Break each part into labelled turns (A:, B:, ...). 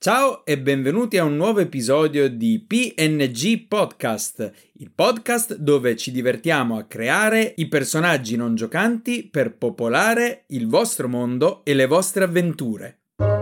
A: Ciao e benvenuti a un nuovo episodio di PNG Podcast, il podcast dove ci divertiamo a creare i personaggi non giocanti per popolare il vostro mondo e le vostre avventure.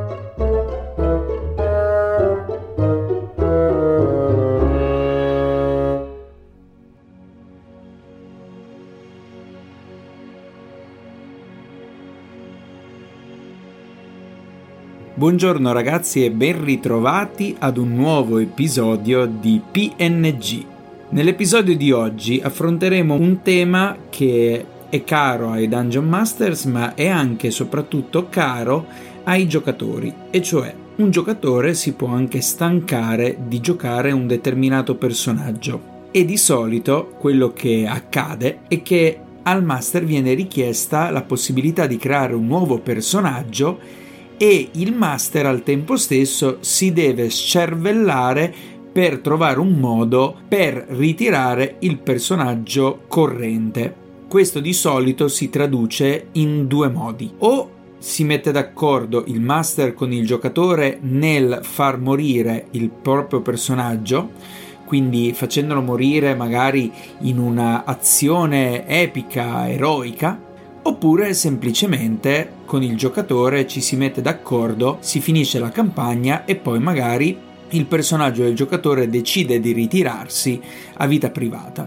A: Buongiorno ragazzi e ben ritrovati ad un nuovo episodio di PNG. Nell'episodio di oggi affronteremo un tema che è caro ai Dungeon Masters, ma è anche e soprattutto caro ai giocatori, e cioè un giocatore si può anche stancare di giocare un determinato personaggio. E di solito quello che accade è che al master viene richiesta la possibilità di creare un nuovo personaggio e il master al tempo stesso si deve scervellare per trovare un modo per ritirare il personaggio corrente. Questo di solito si traduce in due modi: o si mette d'accordo il master con il giocatore nel far morire il proprio personaggio, quindi facendolo morire magari in una azione epica, eroica, oppure semplicemente con il giocatore ci si mette d'accordo, si finisce la campagna e poi magari il personaggio del giocatore decide di ritirarsi a vita privata.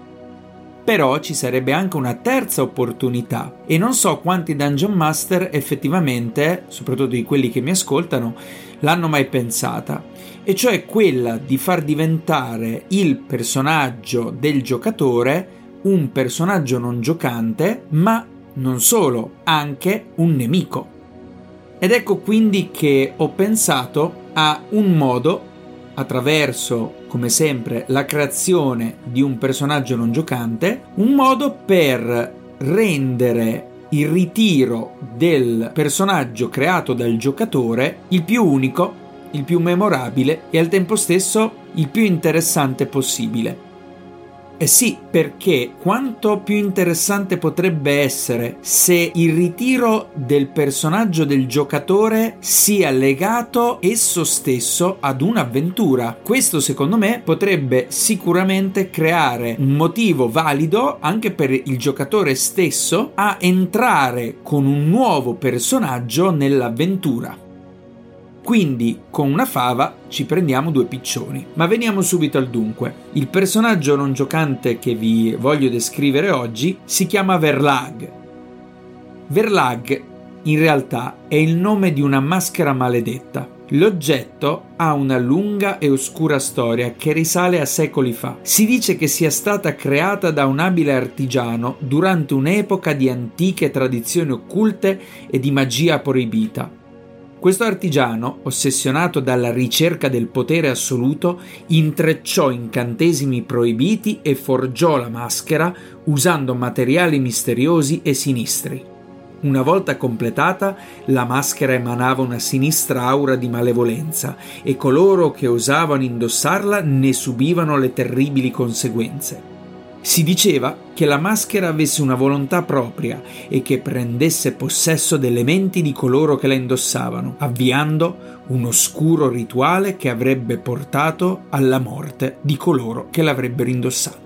A: Però ci sarebbe anche una terza opportunità e non so quanti Dungeon Master effettivamente, soprattutto di quelli che mi ascoltano, l'hanno mai pensata, e cioè quella di far diventare il personaggio del giocatore un personaggio non giocante, ma non solo, anche un nemico. Ed ecco quindi che ho pensato a un modo, attraverso, come sempre, la creazione di un personaggio non giocante, un modo per rendere il ritiro del personaggio creato dal giocatore il più unico, il più memorabile e al tempo stesso il più interessante possibile. Eh sì, perché quanto più interessante potrebbe essere se il ritiro del personaggio del giocatore sia legato esso stesso ad un'avventura. Questo secondo me potrebbe sicuramente creare un motivo valido anche per il giocatore stesso a entrare con un nuovo personaggio nell'avventura. Quindi, con una fava, ci prendiamo due piccioni. Ma veniamo subito al dunque. Il personaggio non giocante che vi voglio descrivere oggi si chiama Verlag. Verlag, in realtà, è il nome di una maschera maledetta. L'oggetto ha una lunga e oscura storia che risale a secoli fa. Si dice che sia stata creata da un abile artigiano durante un'epoca di antiche tradizioni occulte e di magia proibita. Questo artigiano, ossessionato dalla ricerca del potere assoluto, intrecciò incantesimi proibiti e forgiò la maschera usando materiali misteriosi e sinistri. Una volta completata, la maschera emanava una sinistra aura di malevolenza e coloro che osavano indossarla ne subivano le terribili conseguenze. Si diceva che la maschera avesse una volontà propria e che prendesse possesso delle menti di coloro che la indossavano, avviando un oscuro rituale che avrebbe portato alla morte di coloro che l'avrebbero indossata.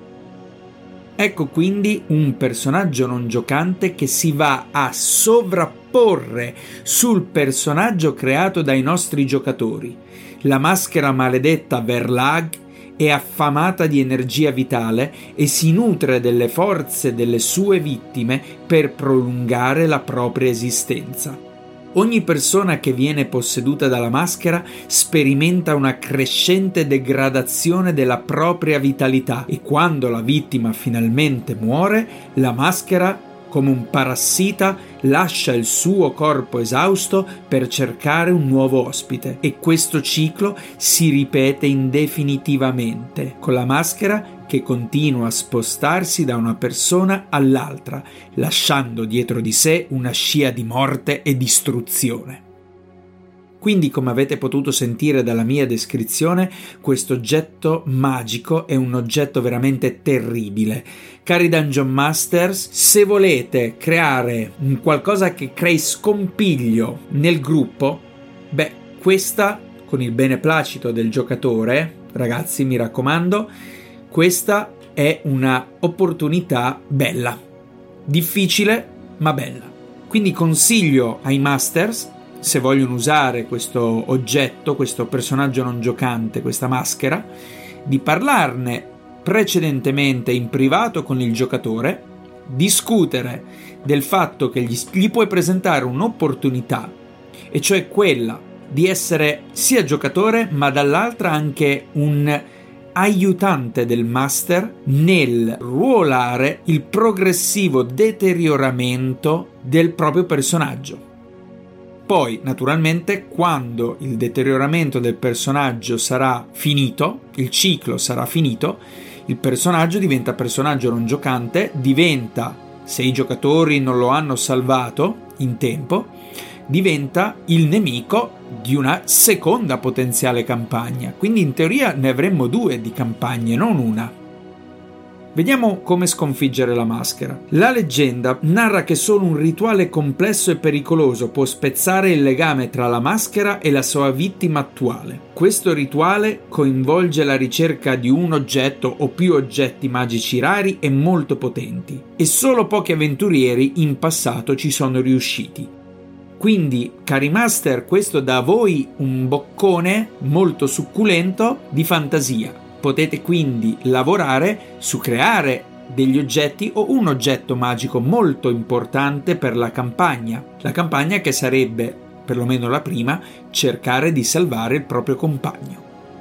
A: Ecco quindi un personaggio non giocante che si va a sovrapporre sul personaggio creato dai nostri giocatori. La maschera maledetta Verlag è affamata di energia vitale e si nutre delle forze delle sue vittime per prolungare la propria esistenza. Ogni persona che viene posseduta dalla maschera sperimenta una crescente degradazione della propria vitalità e quando la vittima finalmente muore, la maschera, come un parassita, lascia il suo corpo esausto per cercare un nuovo ospite e questo ciclo si ripete indefinitivamente, con la maschera che continua a spostarsi da una persona all'altra, lasciando dietro di sé una scia di morte e distruzione. Quindi, come avete potuto sentire dalla mia descrizione, questo oggetto magico è un oggetto veramente terribile. Cari Dungeon Masters, se volete creare un qualcosa che crei scompiglio nel gruppo, questa con il beneplacito del giocatore, ragazzi, mi raccomando, questa è una opportunità bella, difficile ma bella. Quindi consiglio ai Masters, se vogliono usare questo oggetto, questo personaggio non giocante, questa maschera, di parlarne precedentemente in privato con il giocatore, discutere del fatto che gli puoi presentare un'opportunità, e cioè quella di essere sia giocatore ma dall'altra anche un aiutante del master nel ruolare il progressivo deterioramento del proprio personaggio. Poi, naturalmente, quando il deterioramento del personaggio sarà finito, il ciclo sarà finito, il personaggio diventa personaggio non giocante, diventa, se i giocatori non lo hanno salvato in tempo, diventa il nemico di una seconda potenziale campagna. Quindi in teoria ne avremmo 2 di campagne, non una. Vediamo come sconfiggere la maschera. La leggenda narra che solo un rituale complesso e pericoloso può spezzare il legame tra la maschera e la sua vittima attuale. Questo rituale coinvolge la ricerca di un oggetto o più oggetti magici rari e molto potenti, e solo pochi avventurieri in passato ci sono riusciti. Quindi, cari master, questo dà a voi un boccone molto succulento di fantasia. Potete quindi lavorare su creare degli oggetti o un oggetto magico molto importante per la campagna che sarebbe, perlomeno la prima, cercare di salvare il proprio compagno.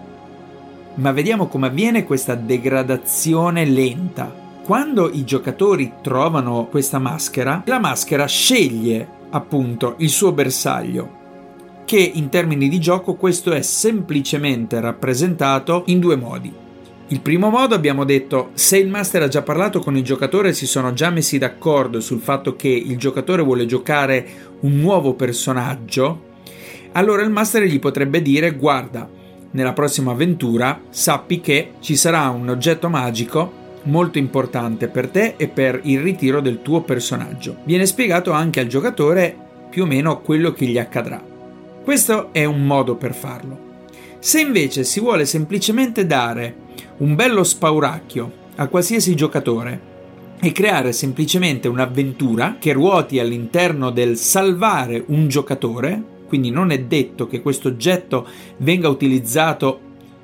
A: Ma vediamo come avviene questa degradazione lenta. Quando i giocatori trovano questa maschera, la maschera sceglie appunto il suo bersaglio, che in termini di gioco questo è semplicemente rappresentato in 2 modi. Il primo modo, abbiamo detto, se il master ha già parlato con il giocatore e si sono già messi d'accordo sul fatto che il giocatore vuole giocare un nuovo personaggio, allora il master gli potrebbe dire: guarda, nella prossima avventura sappi che ci sarà un oggetto magico molto importante per te e per il ritiro del tuo personaggio. Viene spiegato anche al giocatore più o meno quello che gli accadrà. Questo è un modo per farlo. Se invece si vuole semplicemente dare un bello spauracchio a qualsiasi giocatore e creare semplicemente un'avventura che ruoti all'interno del salvare un giocatore, quindi non è detto che questo oggetto venga utilizzato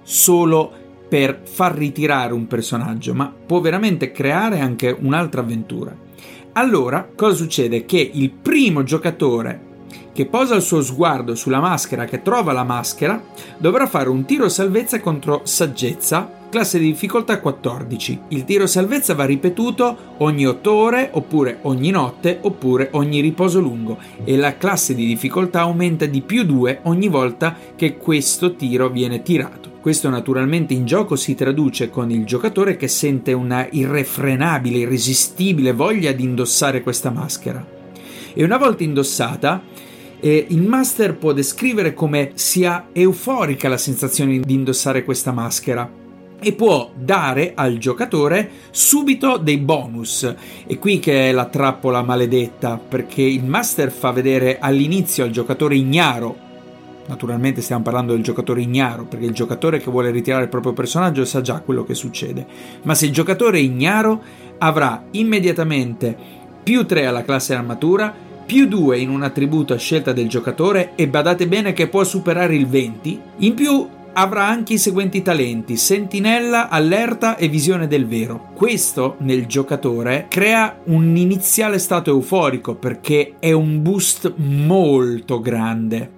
A: solo per far ritirare un personaggio, ma può veramente creare anche un'altra avventura. Allora, cosa succede? Che il primo giocatore che posa il suo sguardo sulla maschera, che trova la maschera, dovrà fare un tiro salvezza contro saggezza, classe di difficoltà 14. Il tiro salvezza va ripetuto ogni 8 ore, oppure ogni notte, oppure ogni riposo lungo, e la classe di difficoltà aumenta di +2 ogni volta che questo tiro viene tirato. Questo naturalmente in gioco si traduce con il giocatore che sente una irrefrenabile, irresistibile voglia di indossare questa maschera. E una volta indossata, il master può descrivere come sia euforica la sensazione di indossare questa maschera e può dare al giocatore subito dei bonus. E qui che è la trappola maledetta, perché il master fa vedere all'inizio al giocatore ignaro, naturalmente stiamo parlando del giocatore ignaro, perché il giocatore che vuole ritirare il proprio personaggio sa già quello che succede, ma se il giocatore è ignaro avrà immediatamente +3 alla classe armatura, +2 in un attributo a scelta del giocatore, e badate bene che può superare il 20, in più avrà anche i seguenti talenti: sentinella, allerta e visione del vero. Questo nel giocatore crea un iniziale stato euforico, perché è un boost molto grande,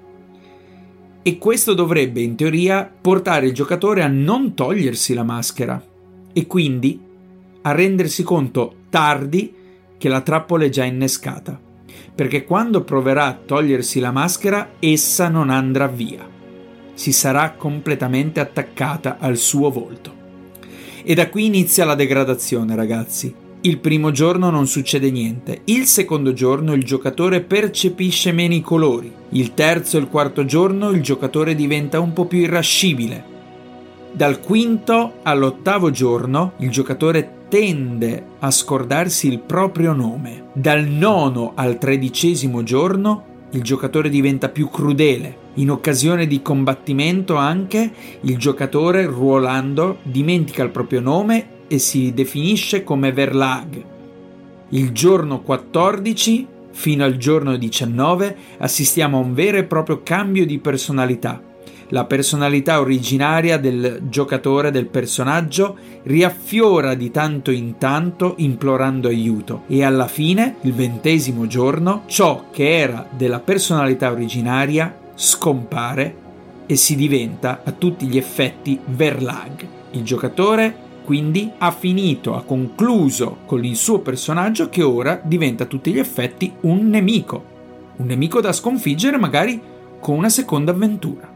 A: e questo dovrebbe in teoria portare il giocatore a non togliersi la maschera e quindi a rendersi conto tardi che la trappola è già innescata, perché quando proverà a togliersi la maschera essa non andrà via, si sarà completamente attaccata al suo volto. E da qui inizia la degradazione, ragazzi. Il primo giorno non succede niente, il secondo giorno il giocatore percepisce meno i colori, il terzo e il quarto giorno il giocatore diventa un po' più irascibile, dal quinto all'8° giorno il giocatore tende a scordarsi il proprio nome, dal 9° al 13° giorno il giocatore diventa più crudele. In occasione di combattimento anche il giocatore, ruolando, dimentica il proprio nome e si definisce come Verlag. Il giorno 14 fino al giorno 19 assistiamo a un vero e proprio cambio di personalità. La personalità originaria del giocatore, del personaggio, riaffiora di tanto in tanto implorando aiuto e alla fine, il 20° giorno, ciò che era della personalità originaria scompare e si diventa a tutti gli effetti Verlag. Il giocatore quindi ha concluso con il suo personaggio che ora diventa a tutti gli effetti un nemico da sconfiggere magari con una seconda avventura.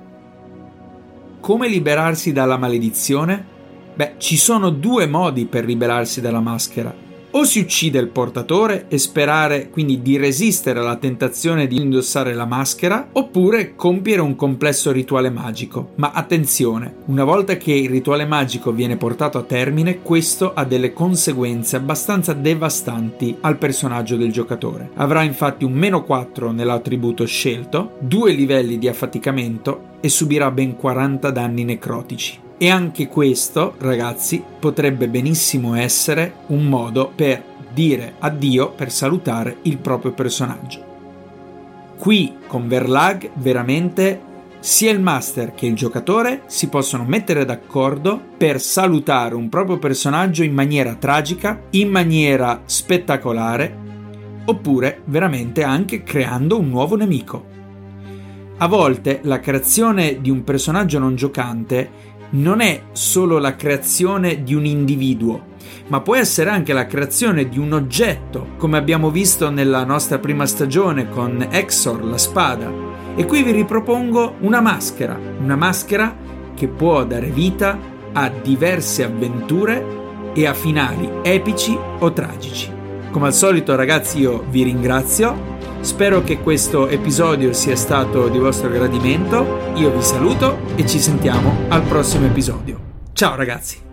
A: Come liberarsi dalla maledizione? Ci sono 2 modi per liberarsi dalla maschera. O si uccide il portatore e sperare quindi di resistere alla tentazione di indossare la maschera, oppure compiere un complesso rituale magico. Ma attenzione, una volta che il rituale magico viene portato a termine, questo ha delle conseguenze abbastanza devastanti al personaggio del giocatore. Avrà infatti un -4 nell'attributo scelto, 2 livelli di affaticamento e subirà ben 40 danni necrotici. E anche questo, ragazzi, potrebbe benissimo essere un modo per dire addio, per salutare il proprio personaggio. Qui con Verlag veramente sia il master che il giocatore si possono mettere d'accordo per salutare un proprio personaggio in maniera tragica, in maniera spettacolare, oppure veramente anche creando un nuovo nemico. A volte la creazione di un personaggio non giocante non è solo la creazione di un individuo, ma può essere anche la creazione di un oggetto, come abbiamo visto nella nostra prima stagione con Exor, la spada. E qui vi ripropongo una maschera che può dare vita a diverse avventure e a finali epici o tragici. Come al solito, ragazzi, io vi ringrazio. Spero che questo episodio sia stato di vostro gradimento. Io vi saluto e ci sentiamo al prossimo episodio. Ciao ragazzi!